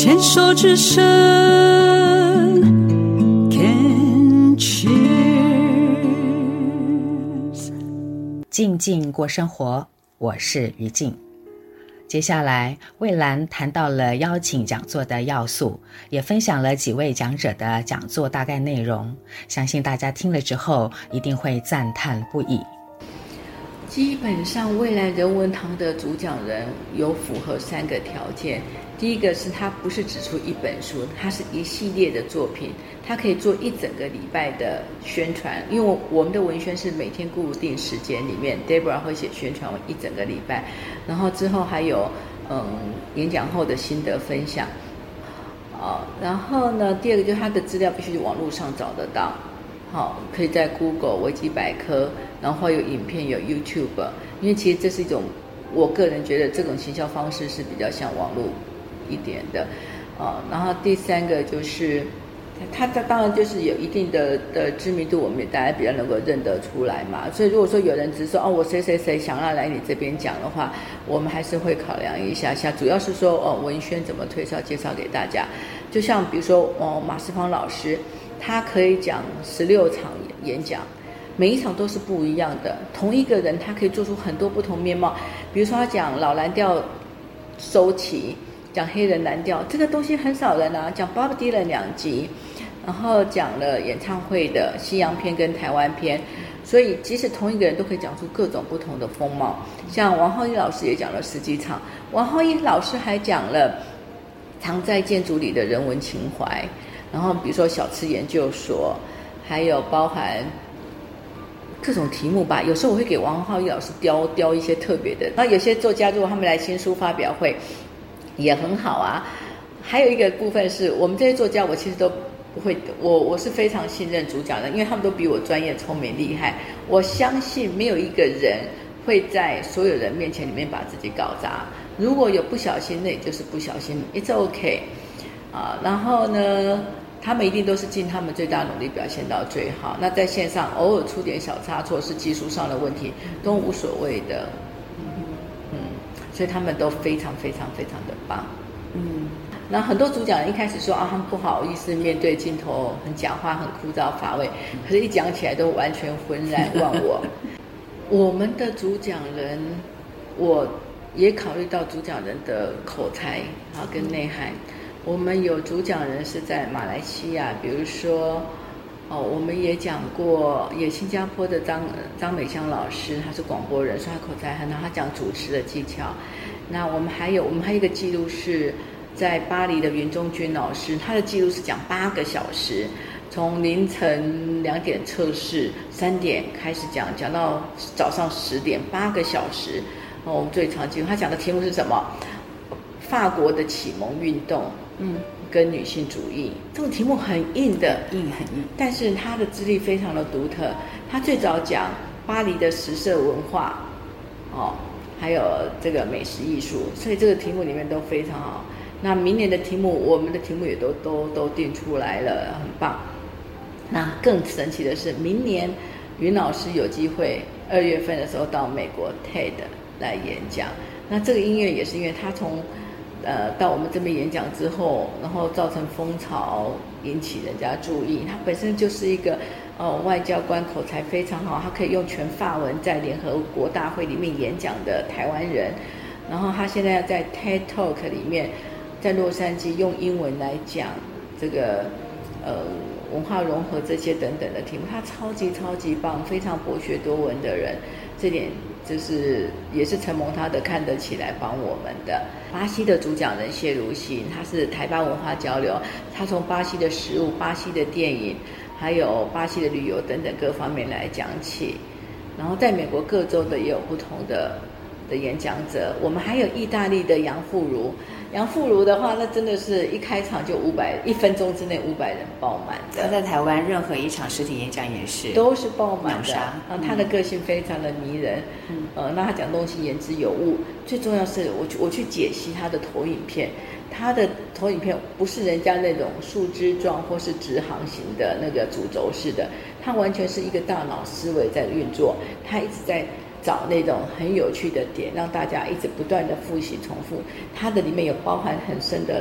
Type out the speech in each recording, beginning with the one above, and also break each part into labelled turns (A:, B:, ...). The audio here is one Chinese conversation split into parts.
A: 牵手之声 Can Cheers。
B: 静静过生活，我是于静。接下来蔚蓝谈到了邀请讲座的要素，也分享了几位讲者的讲座大概内容，相信大家听了之后一定会赞叹不已。
C: 基本上未来人文堂的主讲人有符合3个条件。第一个是他不是只出一本书，他是一系列的作品，他可以做一整个礼拜的宣传，因为我们的文宣是每天固定时间里面 Deborah 会写宣传一整个礼拜，然后之后还有演讲后的心得分享。然后呢，第二个就是他的资料必须网络上找得到，好，可以在 Google 维基百科，然后有影片有 YouTube， 因为其实这是一种我个人觉得这种行销方式是比较像网络一点的。然后第3个就是他当然就是有一定的知名度，我们也大家比较能够认得出来嘛。所以如果说有人只是说我谁谁谁想要来你这边讲的话，我们还是会考量一下，主要是说文宣怎么推销介绍给大家。就像比如说马世芳老师，他可以讲16场演讲，每一场都是不一样的，同一个人他可以做出很多不同面貌。比如说他讲老蓝调收起，讲黑人蓝调，这个东西很少人啊。讲 Bob Dylan 2集，然后讲了演唱会的西洋篇跟台湾篇，所以即使同一个人都可以讲出各种不同的风貌。像王浩一老师也讲了10几场，王浩一老师还讲了藏在建筑里的人文情怀，然后比如说小吃研究所，还有包含各种题目吧。有时候我会给王浩一老师雕一些特别的，然后有些作家如果他们来新书发表会也很好啊。还有一个部分是我们这些作家，我其实都不会，我是非常信任主讲人，因为他们都比我专业、聪明、厉害。我相信没有一个人会在所有人面前里面把自己搞砸。如果有不小心，那也就是不小心 ，it's okay 然后呢，他们一定都是尽他们最大努力表现到最好。那在线上偶尔出点小差错，是技术上的问题，都无所谓的。所以他们都非常非常非常的棒。那很多主讲人一开始说他们不好意思面对镜头，很讲话很枯燥乏味，可是一讲起来都完全浑然忘我。我们的主讲人，我也考虑到主讲人的口才跟内涵。我们有主讲人是在马来西亚，比如说我们也讲过，也新加坡的张美香老师，他是广播人，所以他口才很好，他讲主持的技巧。那我们还有一个记录是在巴黎的云中君老师，他的记录是讲8个小时，从凌晨2点测试，3点开始讲到早上10点，8个小时。我们最常记录他讲的题目是什么？法国的启蒙运动，跟女性主义，这种题目很硬的，很硬，但是他的资历非常的独特。他最早讲巴黎的时尚文化，还有这个美食艺术，所以这个题目里面都非常好。那明年的题目，我们的题目也都定出来了，很棒。那更神奇的是，明年云老师有机会2月份的时候到美国 TED 来演讲。那这个音乐也是因为他从到我们这边演讲之后，然后造成风潮，引起人家注意。他本身就是一个外交官，口才非常好，他可以用全法文在联合国大会里面演讲的台湾人。然后他现在要在 TED Talk 里面，在洛杉矶用英文来讲这个文化融合这些等等的题目，他超级棒，非常博学多闻的人。这点就是也是承蒙他的看得起来帮我们的。巴西的主讲人谢如新，他是台巴文化交流，他从巴西的食物、巴西的电影，还有巴西的旅游等等各方面来讲起。然后在美国各州的也有不同的演讲者。我们还有意大利的杨富如，杨富如的话，那真的是一开场就1分钟之内500人爆满的。
B: 他在台湾任何一场实体演讲也是
C: 都是爆满的。然后他的个性非常的迷人，那他讲东西言之有物。最重要是我去解析他的投影片，他的投影片不是人家那种树枝状或是直航型的那个主轴式的，他完全是一个大脑思维在运作，他一直在找那种很有趣的点，让大家一直不断的复习重复。它的里面有包含很深的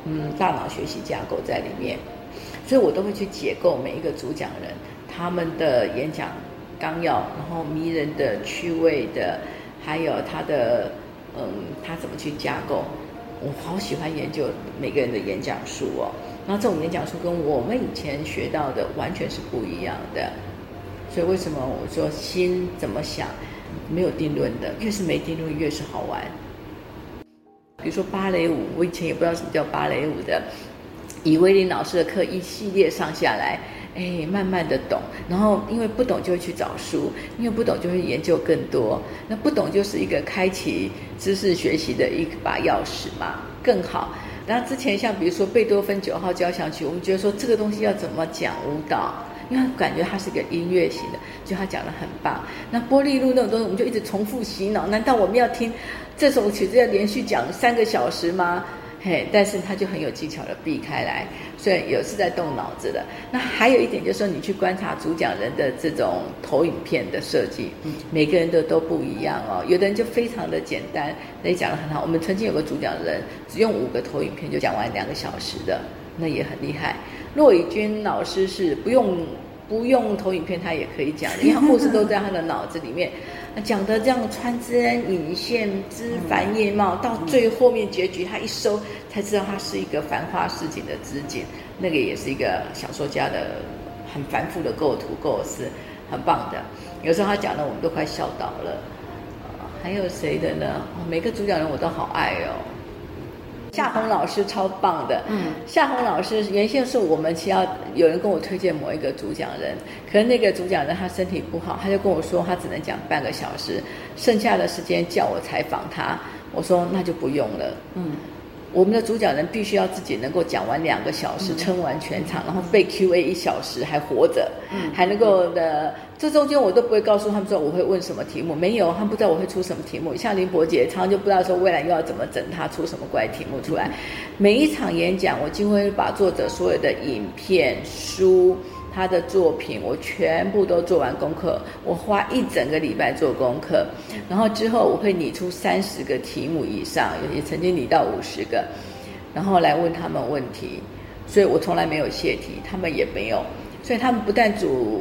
C: 大脑学习架构在里面，所以我都会去解构每一个主讲人他们的演讲纲要，然后迷人的、趣味的，还有他的他怎么去架构。我好喜欢研究每个人的演讲术哦，然后这种演讲术跟我们以前学到的完全是不一样的。所以为什么我说心怎么想没有定论的，越是没定论越是好玩。比如说芭蕾舞，我以前也不知道什么叫芭蕾舞的，以威廉老师的课一系列上下来，慢慢的懂，然后因为不懂就会去找书，因为不懂就会研究更多，那不懂就是一个开启知识学习的一把钥匙嘛，更好。然后之前像比如说贝多芬9号交响曲，我们觉得说这个东西要怎么讲舞蹈，因为感觉它是一个音乐型的，就他讲得很棒。那波利路那种东西我们就一直重复洗脑，难道我们要听这首曲子要连续讲3个小时吗？但是他就很有技巧的避开来，所以有是在动脑子的。那还有一点就是说，你去观察主讲人的这种投影片的设计，每个人都不一样哦。有的人就非常的简单，那也讲得很好。我们曾经有个主讲人只用5个投影片就讲完2个小时的，那也很厉害。骆以军老师是不用投影片他也可以讲的，因为他故事都在他的脑子里面，讲的这样穿针引线枝繁叶茂，到最后面结局他一收才知道他是一个繁花似锦的织锦，那个也是一个小说家的很繁复的构图构思，很棒的。有时候他讲的我们都快笑倒了。还有谁的呢？每个主讲人我都好爱哦。夏红老师超棒的，夏红老师原先是我们要有人跟我推荐某一个主讲人，可是那个主讲人他身体不好，他就跟我说他只能讲半个小时，剩下的时间叫我采访他，我说那就不用了。我们的主讲人必须要自己能够讲完2个小时，撑完全场，然后被 Q&A 1小时还活着，还能够的。这中间我都不会告诉他们说我会问什么题目，没有，他们不知道我会出什么题目。像林伯杰常常就不知道说未来又要怎么整他出什么怪题目出来。每一场演讲我就会把作者所有的影片、书、他的作品我全部都做完功课，我花1整个礼拜做功课，然后之后我会拟出30个题目以上，也曾经拟到50个，然后来问他们问题。所以我从来没有泄题，他们也没有，所以他们不但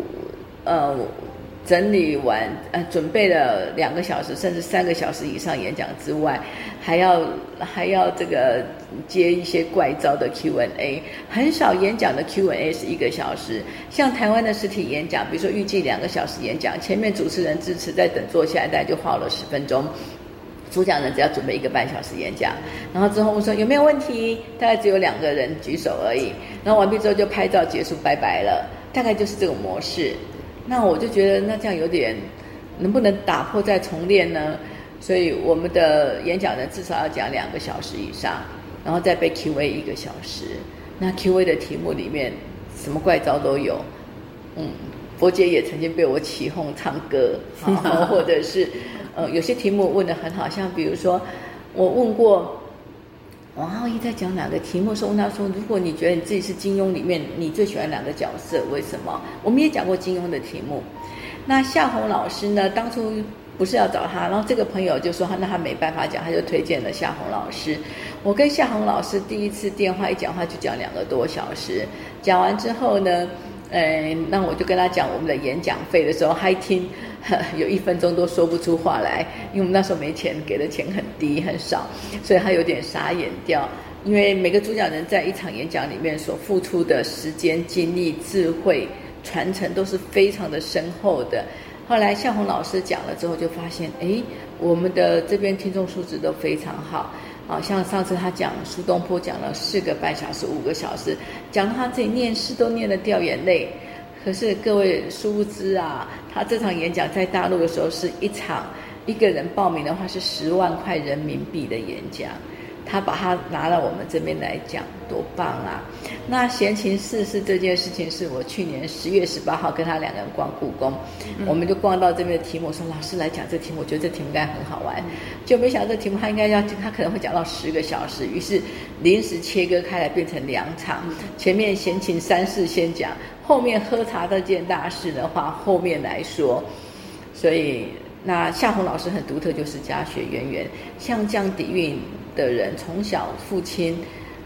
C: 整理完准备了2个小时甚至3个小时以上演讲之外，还要这个接一些怪招的 Q&A， 很少演讲的 Q&A 是1个小时。像台湾的实体演讲，比如说预计2个小时演讲，前面主持人致辞再等坐下来，大概就花了10分钟，主讲人只要准备1个半小时演讲，然后之后我说有没有问题，大概只有2个人举手而已，然后完毕之后就拍照结束，拜拜了，大概就是这种模式。那我就觉得那这样有点能不能打破再重练呢？所以我们的演讲人至少要讲2个小时以上，然后再被 Q&A 1个小时。那 Q&A 的题目里面什么怪招都有，佛姐也曾经被我起哄唱歌，或者是有些题目问得很好，像比如说我问过王浩一在讲哪个题目的时候，问他说如果你觉得你自己是金庸里面你最喜欢哪个角色，为什么？我们也讲过金庸的题目。那夏红老师呢，当初不是要找他，然后这个朋友就说那他没办法讲，他就推荐了夏红老师。我跟夏红老师第一次电话一讲话就讲2个多小时，讲完之后呢那我就跟他讲我们的演讲费的时候，他一听有1分钟都说不出话来，因为我们那时候没钱，给的钱很低很少，所以他有点傻眼掉。因为每个主讲人在一场演讲里面所付出的时间、精力、智慧、传承都是非常的深厚的。后来夏红老师讲了之后，就发现我们的这边听众素质都非常好。像上次他讲苏东坡讲了4个半小时、5个小时，讲到他自己念诗都念得掉眼泪。可是各位殊不知他这场演讲在大陆的时候是一个人报名的话是10万块人民币的演讲，他把它拿到我们这边来讲，多棒啊！那闲情世事这件事情是我去年10月18号跟他2个人逛故宫，我们就逛到这边的题目，说老师来讲这题目，我觉得这题目应该很好玩，就没想到这题目他可能会讲到10个小时，于是临时切割开来变成2场，前面闲情3事先讲，后面喝茶这件大事的话后面来说。所以那夏红老师很独特，就是家学渊源，像这样底蕴的人，从小父亲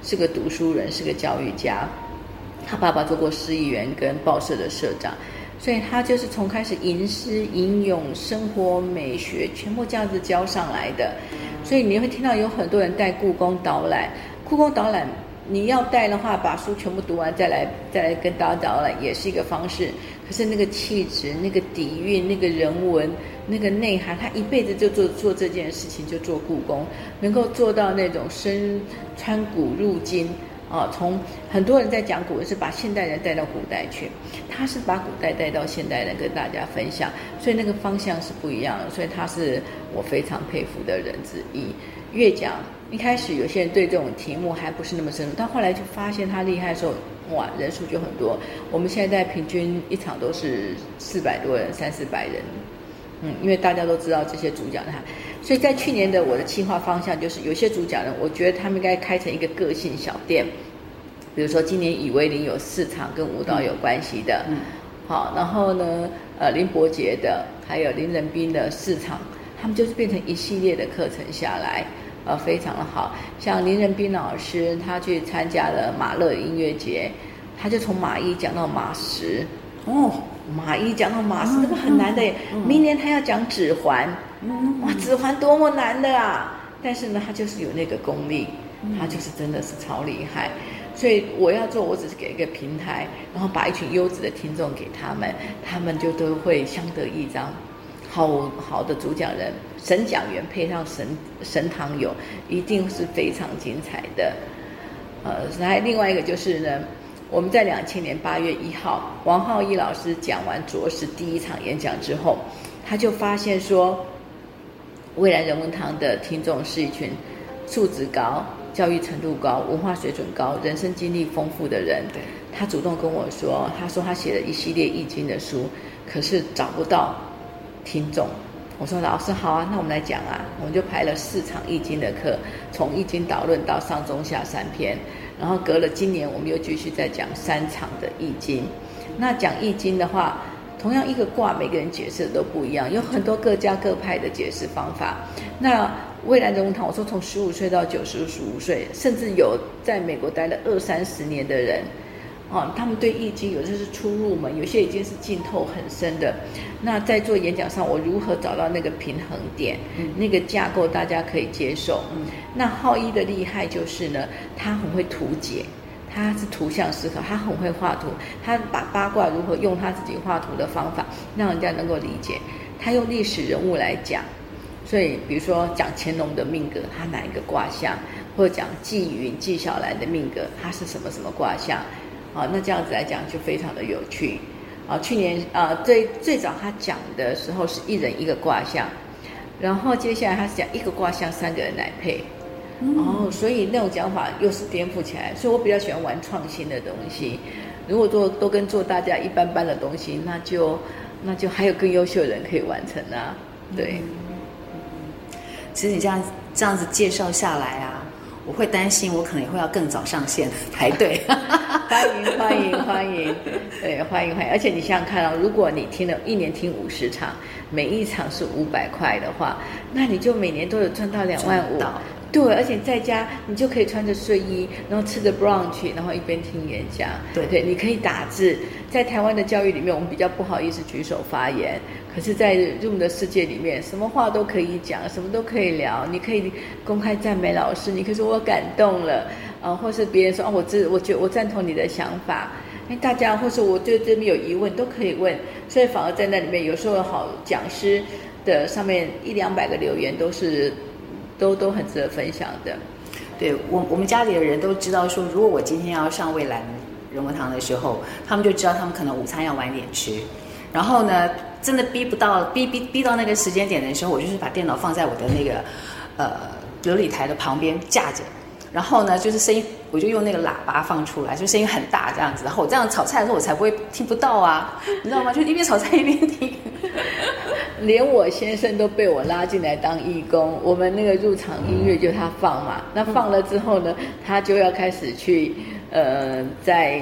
C: 是个读书人，是个教育家。他爸爸做过市议员跟报社的社长，所以他就是从开始吟诗吟咏、生活美学全部这样子教上来的。所以你会听到有很多人带故宫导览，故宫导览你要带的话，把书全部读完再来跟大家导览也是一个方式。可是那个气质、那个底蕴、那个人文、那个内涵，他一辈子就做这件事情，就做故宫，能够做到那种穿古入今啊。从很多人在讲古人是把现代人带到古代去，他是把古代带到现代人跟大家分享，所以那个方向是不一样的。所以他是我非常佩服的人之一。越讲一开始有些人对这种题目还不是那么深入，但后来就发现他厉害的时候，哇，人数就很多。我们现在平均一场都是400多人，300-400人。因为大家都知道这些主讲人，所以在去年的我的企划方向就是有些主讲人，我觉得他们应该开成一个个性小店，比如说今年以威林有4场跟舞蹈有关系的，好，然后呢，林伯杰的，还有林仁斌的4场，他们就是变成一系列的课程下来。非常的好，像林仁斌老师，他去参加了马勒音乐节，他就从马一讲到马10，马一讲到马10，这个很难的耶。明年他要讲指环，哇，指环多么难的啊！但是呢，他就是有那个功力，他就是真的是超厉害。所以我要做，我只是给一个平台，然后把一群优质的听众给他们，他们就都会相得益彰。好的主讲人、神讲员配上神堂友，一定是非常精彩的。还另外一个就是呢，我们在2000年8月1号，王浩一老师讲完卓识第1场演讲之后，他就发现说，未来人文堂的听众是一群素质高、教育程度高、文化水准高、人生经历丰富的人。对，他主动跟我说，他说他写了一系列易经的书，可是找不到听众。我说老师好啊，那我们来讲啊，我们就排了4场易经的课，从易经导论到上中下3篇，然后隔了今年我们又继续再讲3场的易经。那讲易经的话，同样一个卦，每个人解释的都不一样，有很多各家各派的解释方法。那未来人文堂，我说从15岁到95岁，甚至有在美国待了20-30年的人。他们对易经有的是初入门，有些已经是浸透很深的。那在做演讲上，我如何找到那个平衡点，那个架构大家可以接受。那浩一的厉害就是呢，他很会图解，他是图像思考，他很会画图，他把八卦如何用他自己画图的方法让人家能够理解。他用历史人物来讲，所以比如说讲乾隆的命格，他哪一个卦象，或者讲纪云、纪晓岚的命格，他是什么什么卦象。那这样子来讲就非常的有趣。去年最早他讲的时候是1人1个卦象，然后接下来他是讲1个卦象3个人来配。所以那种讲法又是颠覆起来，所以我比较喜欢玩创新的东西。如果都跟做大家一般般的东西，那就还有更优秀的人可以完成啊。对。
B: 其实你这样子介绍下来啊，我会担心我可能也会要更早上线排队。
C: 欢迎，对，欢迎。而且你想想看啊，如果你一年听50场，每一场是500块的话，那你就每年都有赚到2万5。对，而且在家你就可以穿着睡衣，然后吃着 brunch， 然后一边听演讲。对，你可以打字。在台湾的教育里面，我们比较不好意思举手发言，可是在 Zoom 的世界里面，什么话都可以讲，什么都可以聊。你可以公开赞美老师，你可以说我感动了，或是别人说我赞同你的想法。大家或是我对这边有疑问都可以问，所以反而在那里面有时候好讲师的上面100-200个留言都很值得分享的。
B: 对，我们家里的人都知道说，如果我今天要上蔚蓝人文堂的时候，他们就知道他们可能午餐要晚点吃，然后呢真的逼到那个时间点的时候，我就是把电脑放在我的那个琉璃台的旁边架着，然后呢就是声音我就用那个喇叭放出来，就声音很大这样子，然后我这样炒菜的时候我才不会听不到啊，你知道吗？就一边炒菜一边听。
C: 连我先生都被我拉进来当义工，我们那个入场音乐就他放嘛，那放了之后呢，他就要开始去在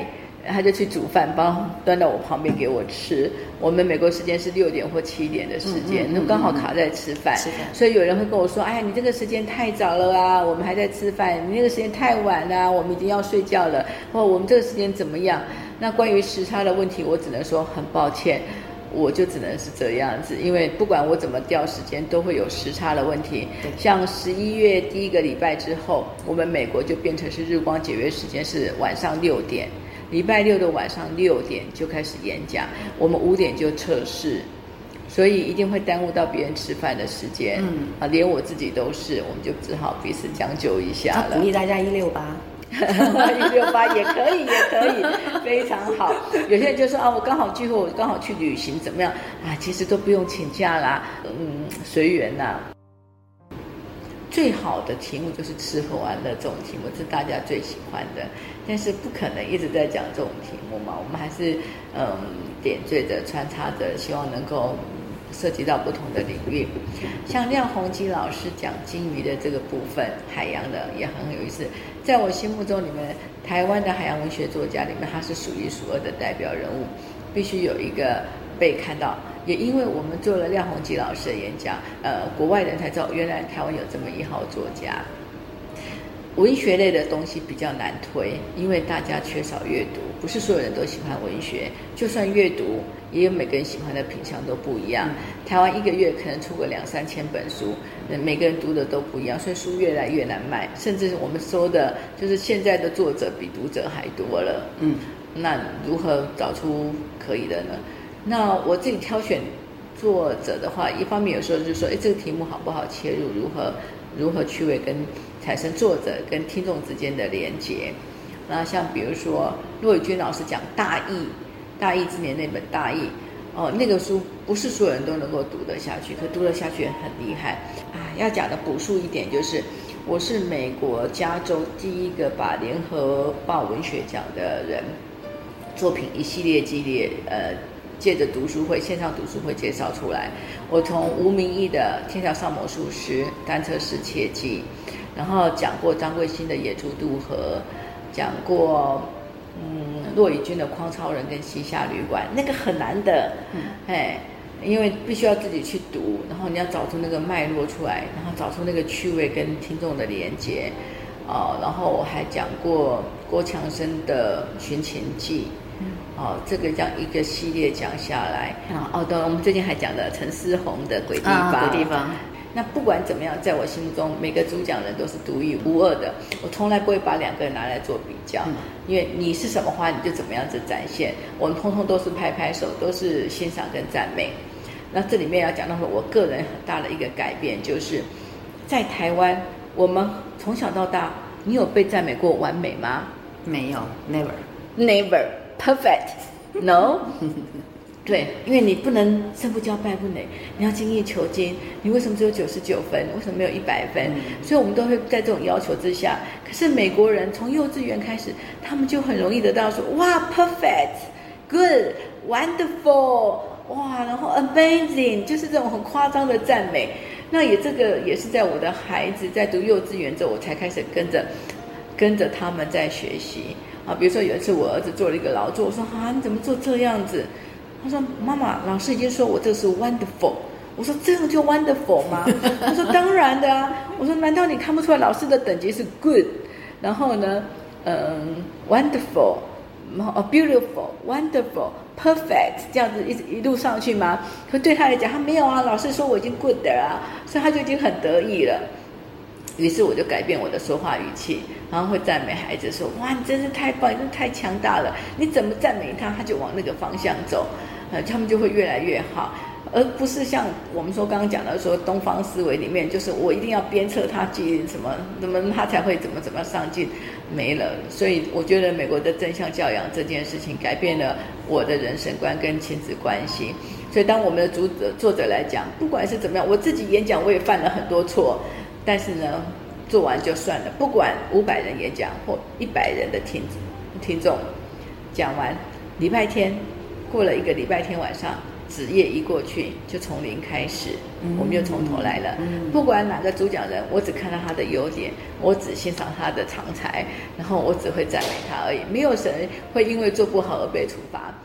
C: 他就去煮饭包端到我旁边给我吃。我们美国时间是6点或7点的时间，那刚好卡在吃饭，所以有人会跟我说，哎呀，你这个时间太早了啊，我们还在吃饭，你那个时间太晚了啊，我们已经要睡觉了，或我们这个时间怎么样。那关于时差的问题，我只能说很抱歉，我就只能是这样子，因为不管我怎么调时间，都会有时差的问题。像11月第1个礼拜之后，我们美国就变成是日光节约时间是晚上6点，礼拜6的晚上6点就开始演讲，我们5点就测试，所以一定会耽误到别人吃饭的时间。连我自己都是，我们就只好彼此将就一下了。
B: 鼓励大家168。
C: 168也可以，也可以，非常好。有些人就说啊，我刚好聚会，我刚好去旅行，怎么样啊？其实都不用请假啦，随缘啦。最好的题目就是吃喝玩乐这种题目，是大家最喜欢的，但是不可能一直在讲这种题目嘛。我们还是点缀着穿插着，希望能够涉及到不同的领域。像廖鸿基老师讲金鱼的这个部分，海洋的也很有意思。在我心目中里面，台湾的海洋文学作家里面，他是数一数二的代表人物，必须有一个被看到。也因为我们做了廖鸿基老师的演讲，国外人才知道原来台湾有这么一号作家。文学类的东西比较难推，因为大家缺少阅读，不是所有人都喜欢文学。就算阅读，也有每个人喜欢的品相都不一样。台湾1个月可能出个2-3千本书，每个人读的都不一样，所以书越来越难卖。甚至我们说的，就是现在的作者比读者还多了。那如何找出可以的呢？那我自己挑选作者的话，一方面有时候就是说，这个题目好不好切入，如何趣味跟产生作者跟听众之间的连结。那像比如说骆以军老师讲大义之年那本大义，那个书不是所有人都能够读得下去，可读得下去很厉害啊。要讲的补述一点就是，我是美国加州第一个把联合报文学奖的人，作品一系列系列借着读书会线上读书会介绍出来。我从吴明益的《天桥上魔术师》单车式切记，然后讲过张贵兴的《野猪渡河》，讲过骆以军的《匡超人》跟《西夏旅馆》，那个很难的，因为必须要自己去读，然后你要找出那个脉络出来，然后找出那个趣味跟听众的连结。然后我还讲过郭强生的《寻秦记》。这个这样一个系列讲下来，对，我们最近还讲的陈思宏的《鬼地方》。
B: 鬼地方。
C: 那不管怎么样，在我心目中，每个主讲人都是独一无二的，我从来不会把2个人拿来做比较，因为你是什么花，你就怎么样子展现。我们通通都是拍拍手，都是欣赏跟赞美。那这里面要讲到说，我个人很大的一个改变，就是在台湾，我们从小到大，你有被赞美过完美吗？
B: 没有
C: ，never perfect no 对，因为你不能胜不骄败不馁，你要精益求精。你为什么只有99分？为什么没有100分？所以我们都会在这种要求之下。可是美国人从幼稚园开始，他们就很容易得到说，哇 perfect good wonderful 哇，然后 amazing， 就是这种很夸张的赞美。那这个也是在我的孩子在读幼稚园之后，我才开始跟着他们在学习。比如说有一次我儿子做了一个劳作，我说你怎么做这样子？他说妈妈，老师已经说我这是 wonderful。我说这样就 wonderful 吗？他说当然的啊。我说难道你看不出来老师的等级是 good， 然后呢wonderful， beautiful wonderful perfect 这样子一路上去吗？可对他来讲他没有啊，老师说我已经 good 的啊，所以他就已经很得意了。于是我就改变我的说话语气，然后会赞美孩子说，哇，你真是太棒，你真是太强大了，你怎么赞美他，他就往那个方向走，他们就会越来越好，而不是像我们说刚刚讲的说东方思维里面，就是我一定要鞭策他记什么他才会怎么上进，没了。所以我觉得美国的正向教养这件事情改变了我的人生观跟亲子关系。所以当我们的作者来讲，不管是怎么样，我自己演讲我也犯了很多错，但是呢，做完就算了。不管500人演讲或100人的听众，讲完礼拜天过了一个礼拜天晚上， 纸页移过去，就从零开始，我们就从头来了。不管哪个主讲人，我只看到他的优点，我只欣赏他的长才，然后我只会赞美他而已。没有谁会因为做不好而被处罚。